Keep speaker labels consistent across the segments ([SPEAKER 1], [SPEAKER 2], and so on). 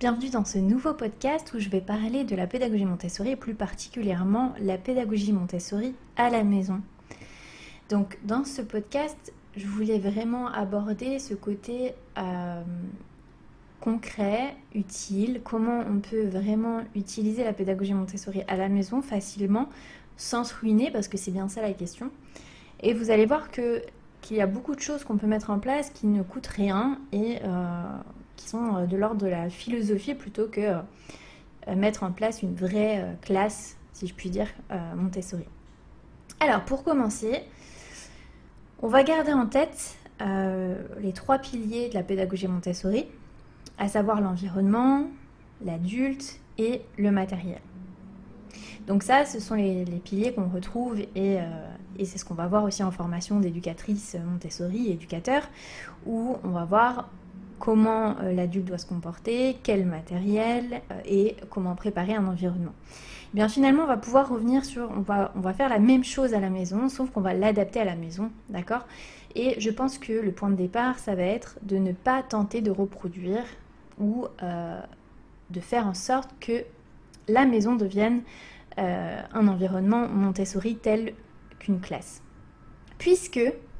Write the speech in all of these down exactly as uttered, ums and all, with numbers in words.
[SPEAKER 1] Bienvenue dans ce nouveau podcast où je vais parler de la pédagogie Montessori et plus particulièrement la pédagogie Montessori à la maison. Donc dans ce podcast, je voulais vraiment aborder ce côté euh, concret, utile, comment on peut vraiment utiliser la pédagogie Montessori à la maison facilement sans se ruiner, parce que c'est bien ça la question. Et vous allez voir que, qu'il y a beaucoup de choses qu'on peut mettre en place qui ne coûtent rien et euh, qui sont de l'ordre de la philosophie plutôt que euh, mettre en place une vraie euh, classe, si je puis dire, euh, Montessori. Alors pour commencer, on va garder en tête euh, les trois piliers de la pédagogie Montessori, à savoir l'environnement, l'adulte et le matériel. Donc ça, ce sont les, les piliers qu'on retrouve et, euh, et c'est ce qu'on va voir aussi en formation d'éducatrice Montessori et éducateur, où on va voir comment euh, l'adulte doit se comporter, quel matériel euh, et comment préparer un environnement. Et bien finalement, on va pouvoir revenir sur, on va, on va faire la même chose à la maison, sauf qu'on va l'adapter à la maison, d'accord ? Et je pense que le point de départ, ça va être de ne pas tenter de reproduire ou euh, de faire en sorte que la maison devienne euh, un environnement Montessori tel qu'une classe. Puisque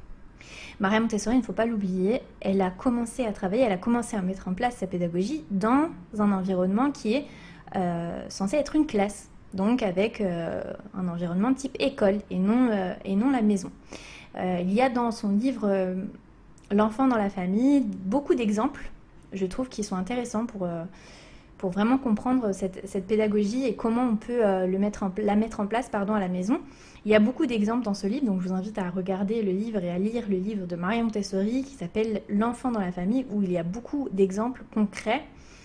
[SPEAKER 1] Maria Montessori, il ne faut pas l'oublier, elle a commencé à travailler, elle a commencé à mettre en place sa pédagogie dans un environnement qui est euh, censé être une classe, donc avec euh, un environnement type école et non, euh, et non la maison. Euh, il y a dans son livre euh, L'enfant dans la famille beaucoup d'exemples, je trouve, qui sont intéressants pour, euh, pour vraiment comprendre cette, cette pédagogie et comment on peut euh, le mettre en, la mettre en place pardon, à la maison. Il y a beaucoup d'exemples dans ce livre, donc je vous invite à regarder le livre et à lire le livre de Maria Montessori qui s'appelle L'enfant dans la famille, où il y a beaucoup d'exemples concrets,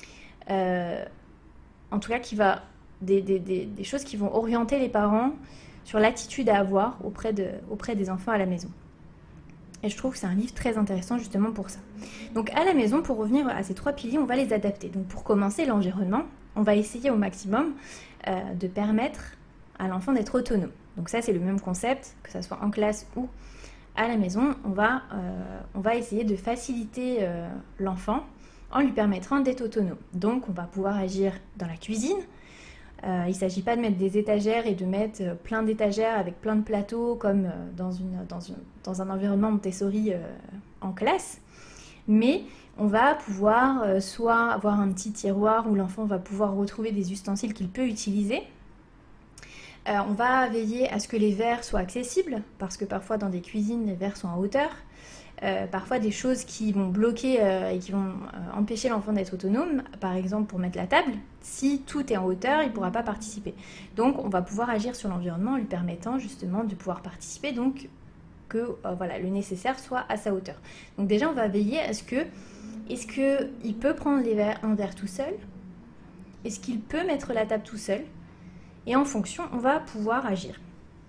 [SPEAKER 1] euh, en tout cas qui va, des, des, des, des choses qui vont orienter les parents sur l'attitude à avoir auprès, de, auprès des enfants à la maison. Et je trouve que c'est un livre très intéressant justement pour ça. Donc à la maison, pour revenir à ces trois piliers, on va les adapter. Donc pour commencer, l'environnement, on va essayer au maximum euh, de permettre à l'enfant d'être autonome. Donc ça, c'est le même concept, que ce soit en classe ou à la maison. On va, euh, on va essayer de faciliter euh, l'enfant en lui permettant d'être autonome. Donc on va pouvoir agir dans la cuisine. Euh, il ne s'agit pas de mettre des étagères et de mettre euh, plein d'étagères avec plein de plateaux comme euh, dans, une, dans, une, dans un environnement Montessori euh, en classe. Mais on va pouvoir euh, soit avoir un petit tiroir où l'enfant va pouvoir retrouver des ustensiles qu'il peut utiliser. Euh, on va veiller à ce que les verres soient accessibles, parce que parfois dans des cuisines, les verres sont en hauteur. Euh, parfois des choses qui vont bloquer euh, et qui vont euh, empêcher l'enfant d'être autonome, par exemple pour mettre la table, si tout est en hauteur, il ne pourra pas participer. Donc on va pouvoir agir sur l'environnement en lui permettant justement de pouvoir participer, donc que euh, voilà, le nécessaire soit à sa hauteur. Donc déjà on va veiller à ce que, est-ce qu'il peut prendre les verres, un verre tout seul ? Est-ce qu'il peut mettre la table tout seul ? Et en fonction, on va pouvoir agir.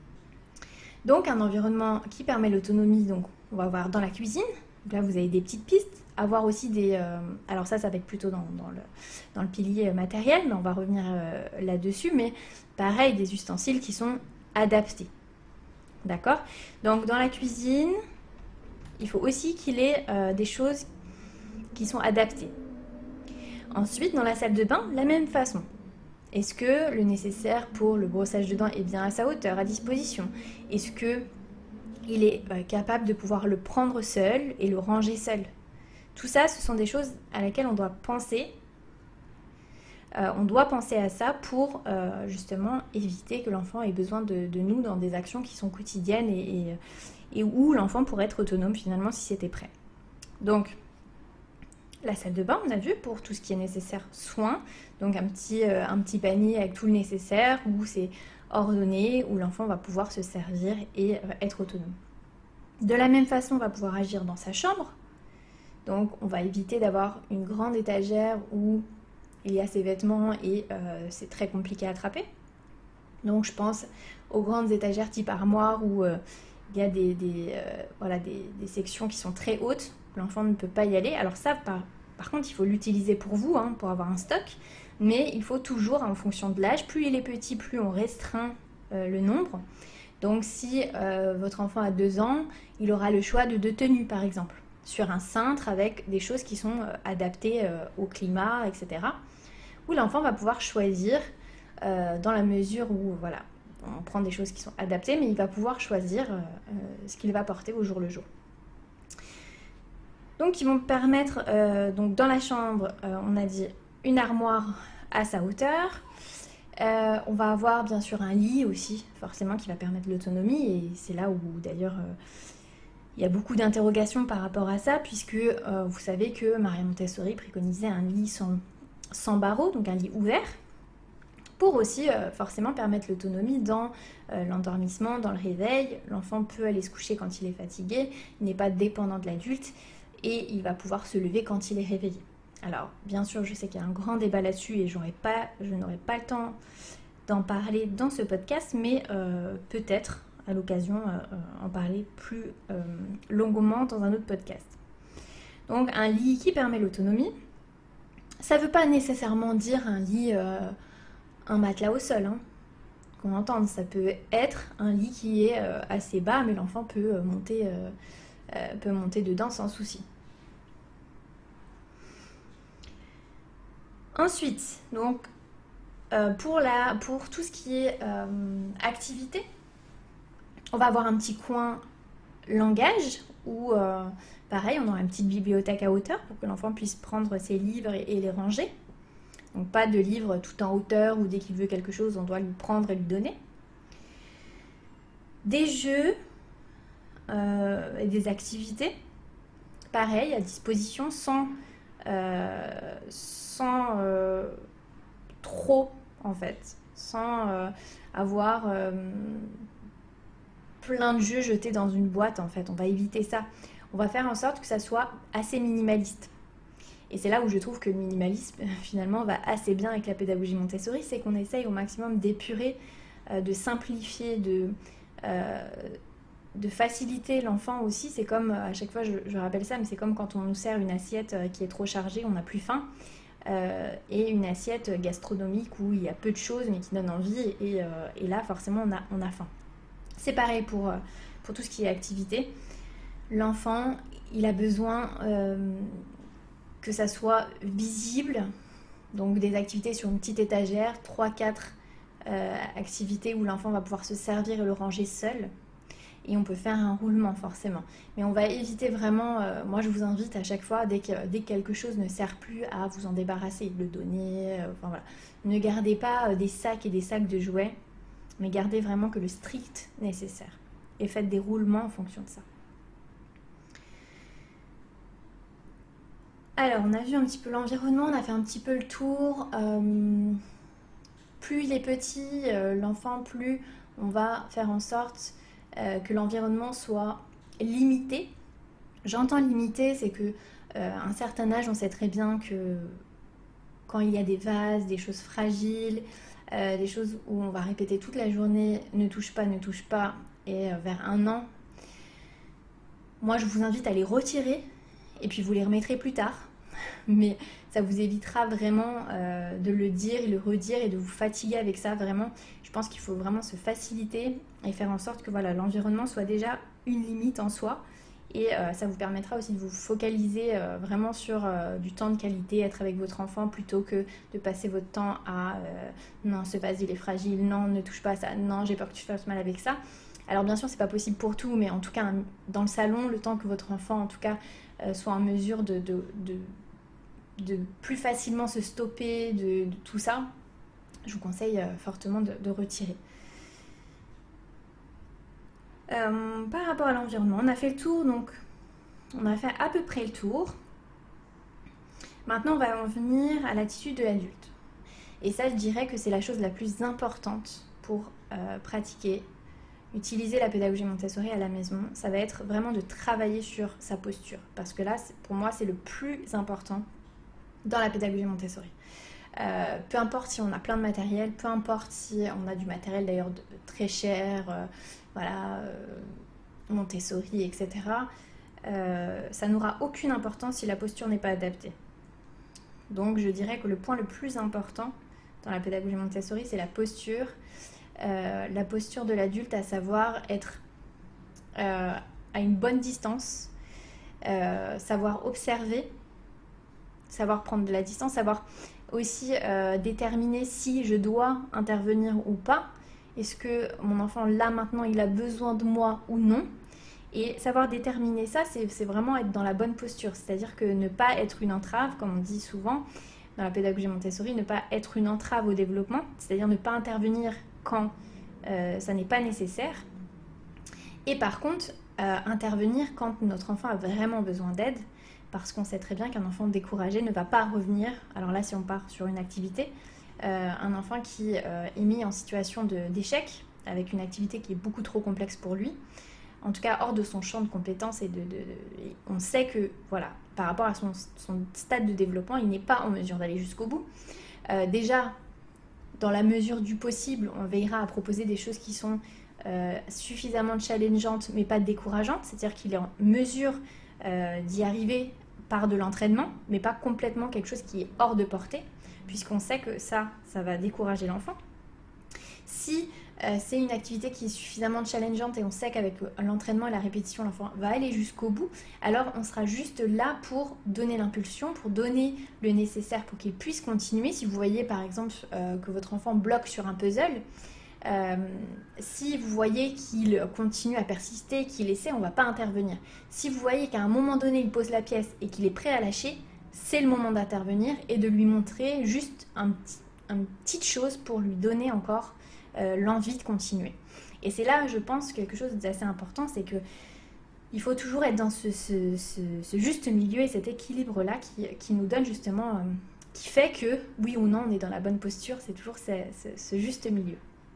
[SPEAKER 1] Donc un environnement qui permet l'autonomie, donc on va voir dans la cuisine. Donc là, vous avez des petites pistes. Avoir aussi des... Euh, alors ça, ça va être plutôt dans, dans, le, dans le pilier matériel, mais on va revenir euh, là-dessus. Mais pareil, des ustensiles qui sont adaptés. D'accord ? Donc dans la cuisine, il faut aussi qu'il ait euh, des choses qui sont adaptées. Ensuite, dans la salle de bain, la même façon. Est-ce que le nécessaire pour le brossage de dents est bien à sa hauteur, à disposition ? Est-ce qu'il est euh, capable de pouvoir le prendre seul et le ranger seul ? Tout ça, ce sont des choses à laquelle on doit penser. Euh, on doit penser à ça pour euh, justement éviter que l'enfant ait besoin de, de nous dans des actions qui sont quotidiennes et, et, et où l'enfant pourrait être autonome finalement si c'était prêt. Donc, la salle de bain, on a vu, pour tout ce qui est nécessaire soin, donc un petit, euh, un petit panier avec tout le nécessaire, où c'est ordonné, où l'enfant va pouvoir se servir et euh, être autonome. De la même façon, on va pouvoir agir dans sa chambre, donc on va éviter d'avoir une grande étagère où il y a ses vêtements et euh, c'est très compliqué à attraper. Donc je pense aux grandes étagères type armoire où euh, il y a des, des, euh, voilà, des, des sections qui sont très hautes. L'enfant ne peut pas y aller. Alors ça, par, par contre, il faut l'utiliser pour vous, hein, pour avoir un stock. Mais il faut toujours, en fonction de l'âge, plus il est petit, plus on restreint euh, le nombre. Donc si euh, votre enfant a deux ans, il aura le choix de deux tenues, par exemple, sur un cintre avec des choses qui sont euh, adaptées euh, au climat, et cetera. Où l'enfant va pouvoir choisir euh, dans la mesure où, voilà, on prend des choses qui sont adaptées, mais il va pouvoir choisir euh, euh, ce qu'il va porter au jour le jour. Donc, ils vont permettre, euh, donc dans la chambre, euh, on a dit une armoire à sa hauteur. Euh, on va avoir bien sûr un lit aussi, forcément, qui va permettre l'autonomie. Et c'est là où d'ailleurs euh, il y a beaucoup d'interrogations par rapport à ça, puisque euh, vous savez que Maria Montessori préconisait un lit sans, sans barreaux, donc un lit ouvert, pour aussi euh, forcément permettre l'autonomie dans euh, l'endormissement, dans le réveil. L'enfant peut aller se coucher quand il est fatigué, il n'est pas dépendant de l'adulte et il va pouvoir se lever quand il est réveillé. Alors bien sûr, je sais qu'il y a un grand débat là-dessus et j'aurais pas, je n'aurai pas le temps d'en parler dans ce podcast, mais euh, peut-être à l'occasion euh, en parler plus euh, longuement dans un autre podcast. Donc un lit qui permet l'autonomie, ça ne veut pas nécessairement dire un lit... Euh, un matelas au sol, hein, qu'on entende. Ça peut être un lit qui est euh, assez bas, mais l'enfant peut, euh, monter, euh, euh, peut monter dedans sans souci. Ensuite, donc, euh, pour, la, pour tout ce qui est euh, activité, on va avoir un petit coin langage où, euh, pareil, on aura une petite bibliothèque à hauteur pour que l'enfant puisse prendre ses livres et, et les ranger. Donc pas de livre tout en hauteur où dès qu'il veut quelque chose, on doit lui prendre et lui donner. Des jeux euh, et des activités, pareil, à disposition sans, euh, sans euh, trop en fait, sans euh, avoir euh, plein de jeux jetés dans une boîte en fait. On va éviter ça. On va faire en sorte que ça soit assez minimaliste. Et c'est là où je trouve que le minimalisme, finalement, va assez bien avec la pédagogie Montessori, c'est qu'on essaye au maximum d'épurer, euh, de simplifier, de, euh, de faciliter l'enfant aussi. C'est comme, à chaque fois je, je rappelle ça, mais c'est comme quand on nous sert une assiette qui est trop chargée, on n'a plus faim, euh, et une assiette gastronomique où il y a peu de choses mais qui donne envie, et, euh, et là, forcément, on a, on a faim. C'est pareil pour, pour tout ce qui est activité. L'enfant, il a besoin... Euh, que ça soit visible, donc des activités sur une petite étagère, trois quatre euh, activités où l'enfant va pouvoir se servir et le ranger seul. Et on peut faire un roulement forcément. Mais on va éviter vraiment, euh, moi je vous invite à chaque fois, dès que, dès que quelque chose ne sert plus, à vous en débarrasser, le donner. Euh, enfin, voilà. Ne gardez pas euh, des sacs et des sacs de jouets, mais gardez vraiment que le strict nécessaire. Et faites des roulements en fonction de ça. Alors, on a vu un petit peu l'environnement, on a fait un petit peu le tour. Euh, plus il est petit, euh, l'enfant, plus on va faire en sorte euh, que l'environnement soit limité. J'entends limité, c'est que euh, à un certain âge, on sait très bien que quand il y a des vases, des choses fragiles, euh, des choses où on va répéter toute la journée, ne touche pas, ne touche pas, et euh, vers un an, moi je vous invite à les retirer et puis vous les remettrez plus tard. Mais ça vous évitera vraiment euh, de le dire et le redire et de vous fatiguer avec ça. Vraiment, je pense qu'il faut vraiment se faciliter et faire en sorte que voilà, l'environnement soit déjà une limite en soi. Et euh, ça vous permettra aussi de vous focaliser euh, vraiment sur euh, du temps de qualité, être avec votre enfant plutôt que de passer votre temps à euh, non, ce vase il est fragile, non, ne touche pas à ça, non, j'ai peur que tu fasses mal avec ça. Alors bien sûr, c'est pas possible pour tout, mais en tout cas, dans le salon, le temps que votre enfant, en tout cas, euh, soit en mesure de... de, de de plus facilement se stopper de, de tout ça, je vous conseille euh, fortement de, de retirer. Euh, par rapport à l'environnement, on a fait le tour, donc on a fait à peu près le tour. Maintenant, on va en venir à l'attitude de l'adulte. Et ça, je dirais que c'est la chose la plus importante pour euh, pratiquer, utiliser la pédagogie Montessori à la maison. Ça va être vraiment de travailler sur sa posture. Parce que là, pour moi, c'est le plus important dans la pédagogie Montessori. Euh, peu importe si on a plein de matériel, peu importe si on a du matériel d'ailleurs de, de très cher, euh, voilà, euh, Montessori, et cetera. Euh, ça n'aura aucune importance si la posture n'est pas adaptée. Donc je dirais que le point le plus important dans la pédagogie Montessori, c'est la posture. Euh, la posture de l'adulte, à savoir être euh, à une bonne distance, euh, savoir observer, savoir prendre de la distance, savoir aussi euh, déterminer si je dois intervenir ou pas. Est-ce que mon enfant là maintenant il a besoin de moi ou non? Et savoir déterminer ça, c'est, c'est vraiment être dans la bonne posture. C'est-à-dire que ne pas être une entrave, comme on dit souvent dans la pédagogie Montessori, ne pas être une entrave au développement, c'est-à-dire ne pas intervenir quand euh, ça n'est pas nécessaire. Et par contre, euh, intervenir quand notre enfant a vraiment besoin d'aide, parce qu'on sait très bien qu'un enfant découragé ne va pas revenir. Alors là, si on part sur une activité, euh, un enfant qui euh, est mis en situation de, d'échec, avec une activité qui est beaucoup trop complexe pour lui, en tout cas hors de son champ de compétences, et de, de, de et on sait que, voilà, par rapport à son, son stade de développement, il n'est pas en mesure d'aller jusqu'au bout. Euh, déjà, dans la mesure du possible, on veillera à proposer des choses qui sont euh, suffisamment challengeantes, mais pas décourageantes, c'est-à-dire qu'il est en mesure euh, d'y arriver par de l'entraînement, mais pas complètement quelque chose qui est hors de portée, puisqu'on sait que ça, ça va décourager l'enfant. Si euh, c'est une activité qui est suffisamment challengeante et on sait qu'avec l'entraînement et la répétition, l'enfant va aller jusqu'au bout, alors on sera juste là pour donner l'impulsion, pour donner le nécessaire pour qu'il puisse continuer. Si vous voyez par exemple euh, que votre enfant bloque sur un puzzle, euh, si vous voyez qu'il continue à persister, qu'il essaie, on ne va pas intervenir. Si vous voyez qu'à un moment donné, il pose la pièce et qu'il est prêt à lâcher, c'est le moment d'intervenir et de lui montrer juste un petit, une petite chose pour lui donner encore Euh, l'envie de continuer. Et c'est là, je pense, quelque chose d'assez important, c'est que il faut toujours être dans ce, ce, ce, ce juste milieu et cet équilibre-là qui, qui nous donne justement, euh, qui fait que, oui ou non, on est dans la bonne posture, c'est toujours ce, ce, ce juste milieu.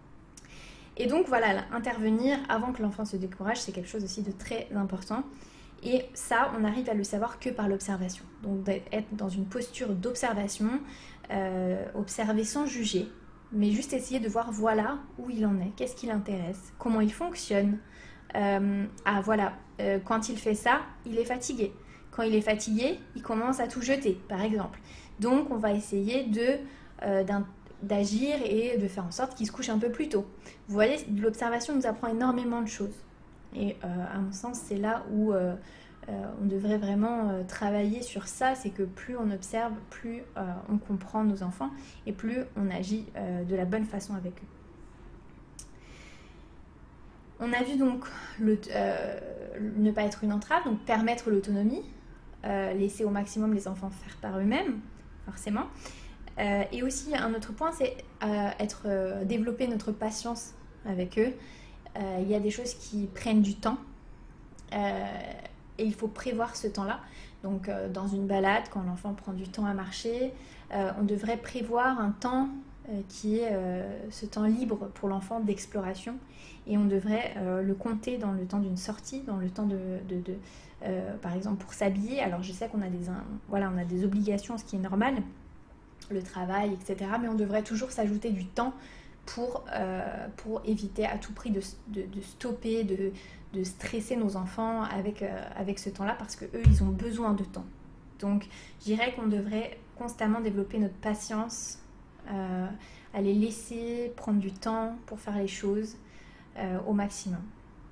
[SPEAKER 1] Et donc voilà, là, intervenir avant que l'enfant se décourage, c'est quelque chose aussi de très important. Et ça, on n'arrive à le savoir que par l'observation. Donc d'être dans une posture d'observation, euh, observer sans juger, mais juste essayer de voir, voilà, où il en est, qu'est-ce qui l'intéresse, comment il fonctionne. Euh, ah voilà, euh, quand il fait ça, il est fatigué. Quand il est fatigué, il commence à tout jeter, par exemple. Donc on va essayer de, euh, d'agir et de faire en sorte qu'il se couche un peu plus tôt. Vous voyez, l'observation nous apprend énormément de choses. Et euh, à mon sens, c'est là où euh, euh, on devrait vraiment euh, travailler sur ça, c'est que plus on observe, plus euh, on comprend nos enfants et plus on agit euh, de la bonne façon avec eux. On a vu donc le, euh, ne pas être une entrave, donc permettre l'autonomie, euh, laisser au maximum les enfants faire par eux-mêmes, forcément. Euh, et aussi un autre point, c'est euh, être, euh, développer notre patience avec eux. Euh, il y a des choses qui prennent du temps. Euh, Et il faut prévoir ce temps-là. Donc, euh, dans une balade, quand l'enfant prend du temps à marcher, euh, on devrait prévoir un temps euh, qui est euh, ce temps libre pour l'enfant d'exploration. Et on devrait euh, le compter dans le temps d'une sortie, dans le temps de, de, de euh, par exemple, pour s'habiller. Alors, je sais qu'on a des, un, voilà, on a des obligations, ce qui est normal, le travail, et cetera. Mais on devrait toujours s'ajouter du temps pour, euh, pour éviter à tout prix de, de, de stopper, de de stresser nos enfants avec, euh, avec ce temps-là parce qu'eux, ils ont besoin de temps. Donc, je dirais qu'on devrait constamment développer notre patience, euh, à les laisser prendre du temps pour faire les choses euh, au maximum.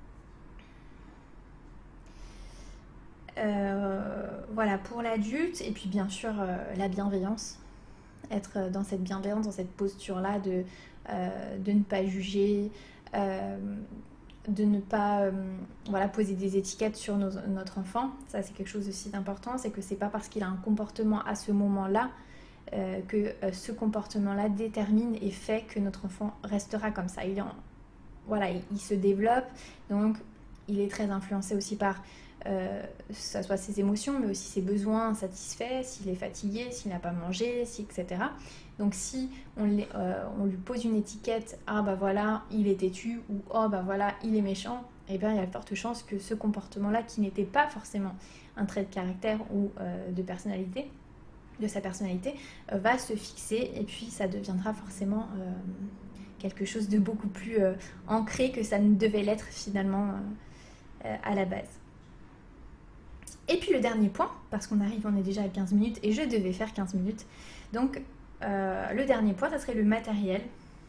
[SPEAKER 1] Euh, voilà, pour l'adulte, et puis bien sûr, euh, la bienveillance. Être dans cette bienveillance, dans cette posture-là de, euh, de ne pas juger, euh, de ne pas euh, voilà, poser des étiquettes sur nos, notre enfant. Ça, c'est quelque chose aussi d'important, c'est que c'est pas parce qu'il a un comportement à ce moment-là euh, que euh, ce comportement-là détermine et fait que notre enfant restera comme ça. Il, est en, voilà, il, il se développe, donc il est très influencé aussi par euh, ça soit ses émotions, mais aussi ses besoins insatisfaits, s'il est fatigué, s'il n'a pas mangé, si, et cetera. Donc si on, euh, on lui pose une étiquette, ah bah voilà, il est têtu, ou oh bah voilà, il est méchant, eh bien il y a de fortes chances que ce comportement-là, qui n'était pas forcément un trait de caractère ou euh, de personnalité, de sa personnalité, euh, va se fixer et puis ça deviendra forcément euh, quelque chose de beaucoup plus euh, ancré que ça ne devait l'être finalement euh, euh, à la base. Et puis le dernier point, parce qu'on arrive, on est déjà à quinze minutes et je devais faire quinze minutes, donc euh, le dernier point, ça serait le matériel.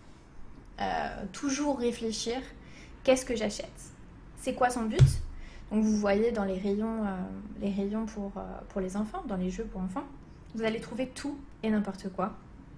[SPEAKER 1] Euh, toujours réfléchir, qu'est-ce que j'achète ? C'est quoi son but ? Donc vous voyez dans les rayons, euh, les rayons pour, euh, pour les enfants, dans les jeux pour enfants, vous allez trouver tout et n'importe quoi.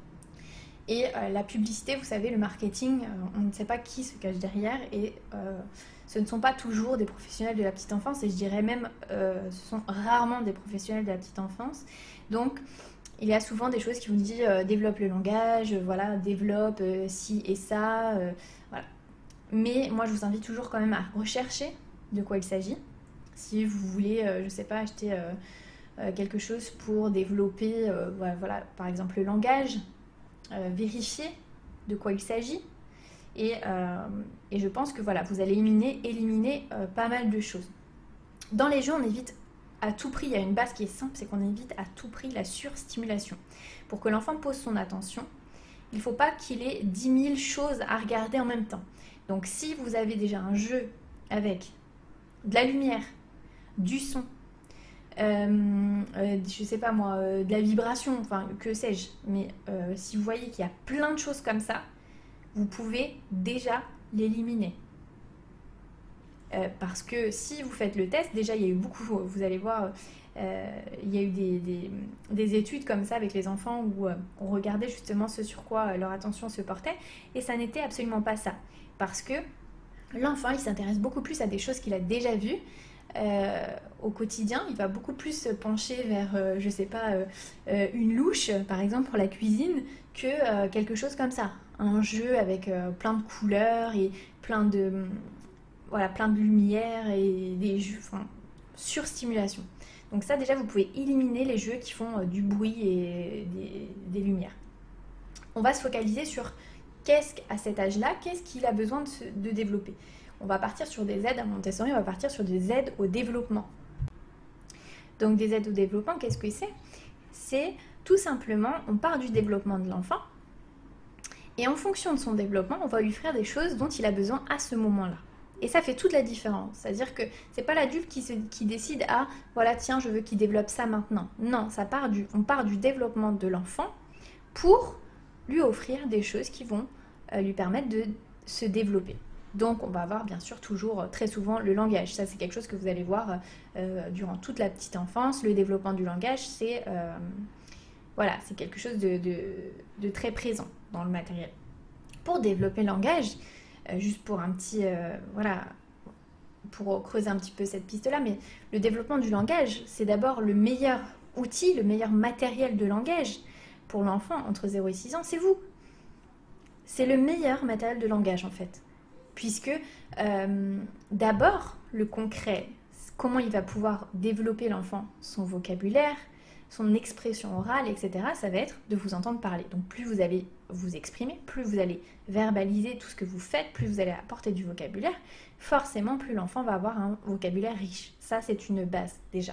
[SPEAKER 1] Et euh, la publicité, vous savez, le marketing, euh, on ne sait pas qui se cache derrière et euh, ce ne sont pas toujours des professionnels de la petite enfance et je dirais même, euh, ce sont rarement des professionnels de la petite enfance. Donc, il y a souvent des choses qui vous disent euh, développe le langage, euh, voilà, développe euh, ci et ça, euh, voilà. Mais moi, je vous invite toujours quand même à rechercher de quoi il s'agit. Si vous voulez, euh, je ne sais pas, acheter euh, euh, quelque chose pour développer, euh, voilà, voilà, par exemple, le langage, euh, vérifier de quoi il s'agit. Et, euh, et je pense que voilà, vous allez éliminer, éliminer euh, pas mal de choses. Dans les jeux, on évite à tout prix, il y a une base qui est simple, c'est qu'on évite à tout prix la surstimulation. Pour que l'enfant pose son attention, il ne faut pas qu'il ait dix mille choses à regarder en même temps. Donc si vous avez déjà un jeu avec de la lumière, du son, euh, euh, je sais pas moi, euh, de la vibration, enfin que sais-je, mais euh, si vous voyez qu'il y a plein de choses comme ça, vous pouvez déjà l'éliminer. Euh, parce que si vous faites le test, déjà il y a eu beaucoup, vous allez voir, euh, il y a eu des, des, des études comme ça avec les enfants où euh, on regardait justement ce sur quoi euh, leur attention se portait et ça n'était absolument pas ça. Parce que l'enfant il s'intéresse beaucoup plus à des choses qu'il a déjà vues euh, au quotidien, il va beaucoup plus se pencher vers, euh, je sais pas, euh, euh, une louche par exemple pour la cuisine que euh, quelque chose comme ça. Un jeu avec euh, plein de couleurs et plein de... Voilà, plein de lumière et des jeux, enfin, surstimulation. Donc ça, déjà, vous pouvez éliminer les jeux qui font euh, du bruit et des, des lumières. On va se focaliser sur qu'est-ce qu'à cet âge-là, qu'est-ce qu'il a besoin de, se, de développer. On va partir sur des aides à Montessori, on va partir sur des aides au développement. Donc des aides au développement, qu'est-ce que c'est ? C'est tout simplement, on part du développement de l'enfant et en fonction de son développement, on va lui offrir des choses dont il a besoin à ce moment-là. Et ça fait toute la différence. C'est-à-dire que c'est pas l'adulte qui, se, qui décide « Ah, voilà, tiens, je veux qu'il développe ça maintenant ». Non, ça part du, on part du développement de l'enfant pour lui offrir des choses qui vont euh, lui permettre de se développer. Donc, on va avoir bien sûr toujours, euh, très souvent, le langage. Ça, c'est quelque chose que vous allez voir euh, durant toute la petite enfance. Le développement du langage, c'est, euh, voilà, c'est quelque chose de, de, de très présent dans le matériel. Pour développer le langage, Euh, juste pour un petit, euh, voilà, pour creuser un petit peu cette piste-là, mais le développement du langage, c'est d'abord le meilleur outil, le meilleur matériel de langage pour l'enfant entre zéro et six ans, c'est vous. C'est le meilleur matériel de langage en fait, puisque euh, d'abord le concret, comment il va pouvoir développer l'enfant, son vocabulaire, son expression orale, et cetera, ça va être de vous entendre parler. Donc plus vous allez vous exprimer, plus vous allez verbaliser tout ce que vous faites, plus vous allez apporter du vocabulaire, forcément plus l'enfant va avoir un vocabulaire riche. Ça, c'est une base déjà.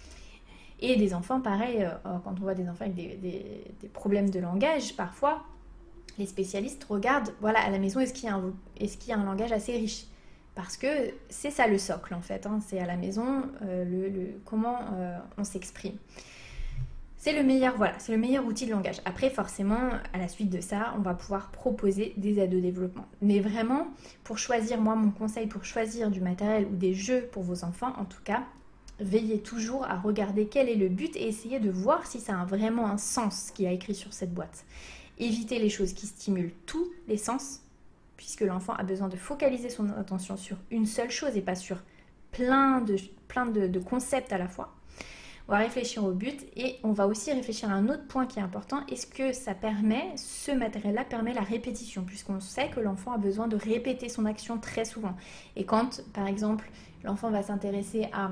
[SPEAKER 1] Et des enfants, pareil, euh, quand on voit des enfants avec des, des, des problèmes de langage, parfois, les spécialistes regardent, voilà, à la maison, est-ce qu'il y a un, est-ce qu'il y a un langage assez riche ? Parce que c'est ça le socle, en fait. Hein, c'est à la maison, euh, le, le, comment euh, on s'exprime. C'est le meilleur, voilà, c'est le meilleur outil de langage. Après, forcément, à la suite de ça, on va pouvoir proposer des aides au développement. Mais vraiment, pour choisir, moi, mon conseil pour choisir du matériel ou des jeux pour vos enfants, en tout cas, veillez toujours à regarder quel est le but et essayez de voir si ça a vraiment un sens, ce qu'il y a écrit sur cette boîte. Évitez les choses qui stimulent tous les sens, puisque l'enfant a besoin de focaliser son attention sur une seule chose et pas sur plein de, plein de, de concepts à la fois. On va réfléchir au but et on va aussi réfléchir à un autre point qui est important. Est-ce que ça permet, ce matériel-là permet la répétition, puisqu'on sait que l'enfant a besoin de répéter son action très souvent. Et quand, par exemple, l'enfant va s'intéresser à,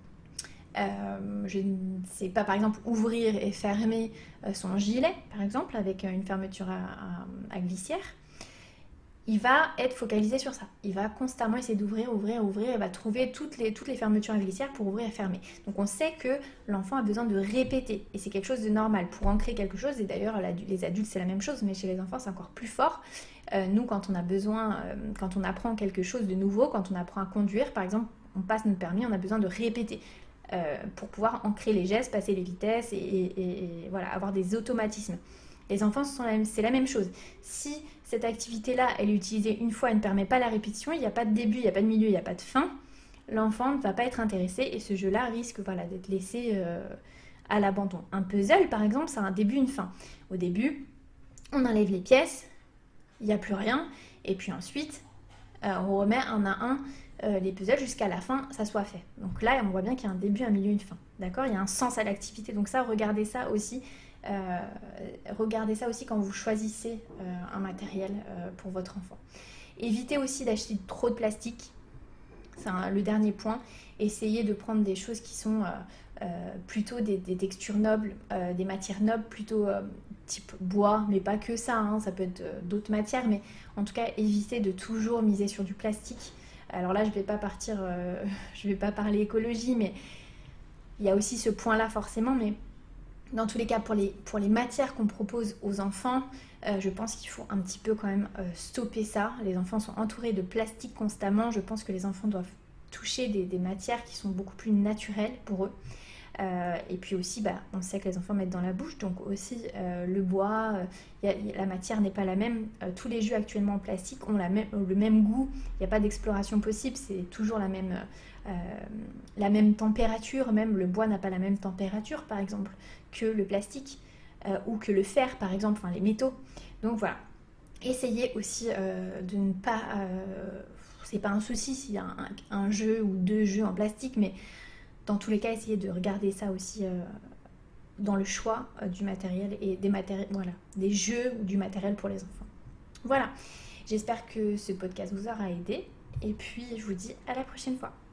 [SPEAKER 1] euh, je ne sais pas, par exemple, ouvrir et fermer son gilet, par exemple, avec une fermeture à, à, à glissière, il va être focalisé sur ça. Il va constamment essayer d'ouvrir, ouvrir, ouvrir. Il va trouver toutes les, toutes les fermetures à glissière pour ouvrir et fermer. Donc on sait que l'enfant a besoin de répéter. Et c'est quelque chose de normal pour ancrer quelque chose. Et d'ailleurs, les adultes, c'est la même chose. Mais chez les enfants, c'est encore plus fort. Euh, nous, quand on a besoin, euh, quand on apprend quelque chose de nouveau, quand on apprend à conduire, par exemple, on passe notre permis, on a besoin de répéter. Euh, pour pouvoir ancrer les gestes, passer les vitesses et, et, et, et voilà, avoir des automatismes. Les enfants, c'est la même chose. Si cette activité-là, elle est utilisée une fois, elle ne permet pas la répétition, il n'y a pas de début, il n'y a pas de milieu, il n'y a pas de fin, l'enfant ne va pas être intéressé et ce jeu-là risque voilà, d'être laissé euh, à l'abandon. Un puzzle, par exemple, ça a un début, une fin. Au début, on enlève les pièces, il n'y a plus rien, et puis ensuite, euh, on remet un à un euh, les puzzles jusqu'à la fin, ça soit fait. Donc là, on voit bien qu'il y a un début, un milieu, une fin. D'accord ? Il y a un sens à l'activité. Donc ça, regardez ça aussi. Euh, regardez ça aussi quand vous choisissez euh, un matériel euh, pour votre enfant. Évitez aussi d'acheter trop de plastique. C'est un, le dernier point. Essayez de prendre des choses qui sont euh, euh, plutôt des, des textures nobles, euh, des matières nobles, plutôt euh, type bois, mais pas que ça, hein, ça peut être euh, d'autres matières, mais en tout cas, évitez de toujours miser sur du plastique. Alors là, je ne vais pas partir, euh, je ne vais pas parler écologie, mais il y a aussi ce point-là forcément, mais dans tous les cas, pour les, pour les matières qu'on propose aux enfants, euh, je pense qu'il faut un petit peu quand même euh, stopper ça. Les enfants sont entourés de plastique constamment. Je pense que les enfants doivent toucher des, des matières qui sont beaucoup plus naturelles pour eux. Euh, et puis aussi, bah, on sait que les enfants mettent dans la bouche, donc aussi euh, le bois, euh, y a, y a, la matière n'est pas la même. Euh, tous les jus actuellement en plastique ont la même, le même goût. Il n'y a pas d'exploration possible, c'est toujours la même, euh, la même température. Même le bois n'a pas la même température, par exemple, que le plastique euh, ou que le fer, par exemple, enfin les métaux. Donc voilà, essayez aussi euh, de ne pas... Euh, c'est pas un souci s'il y a un, un jeu ou deux jeux en plastique, mais dans tous les cas, essayez de regarder ça aussi euh, dans le choix euh, du matériel et des matériels, voilà, des jeux ou du matériel pour les enfants. Voilà, j'espère que ce podcast vous aura aidé et puis je vous dis à la prochaine fois.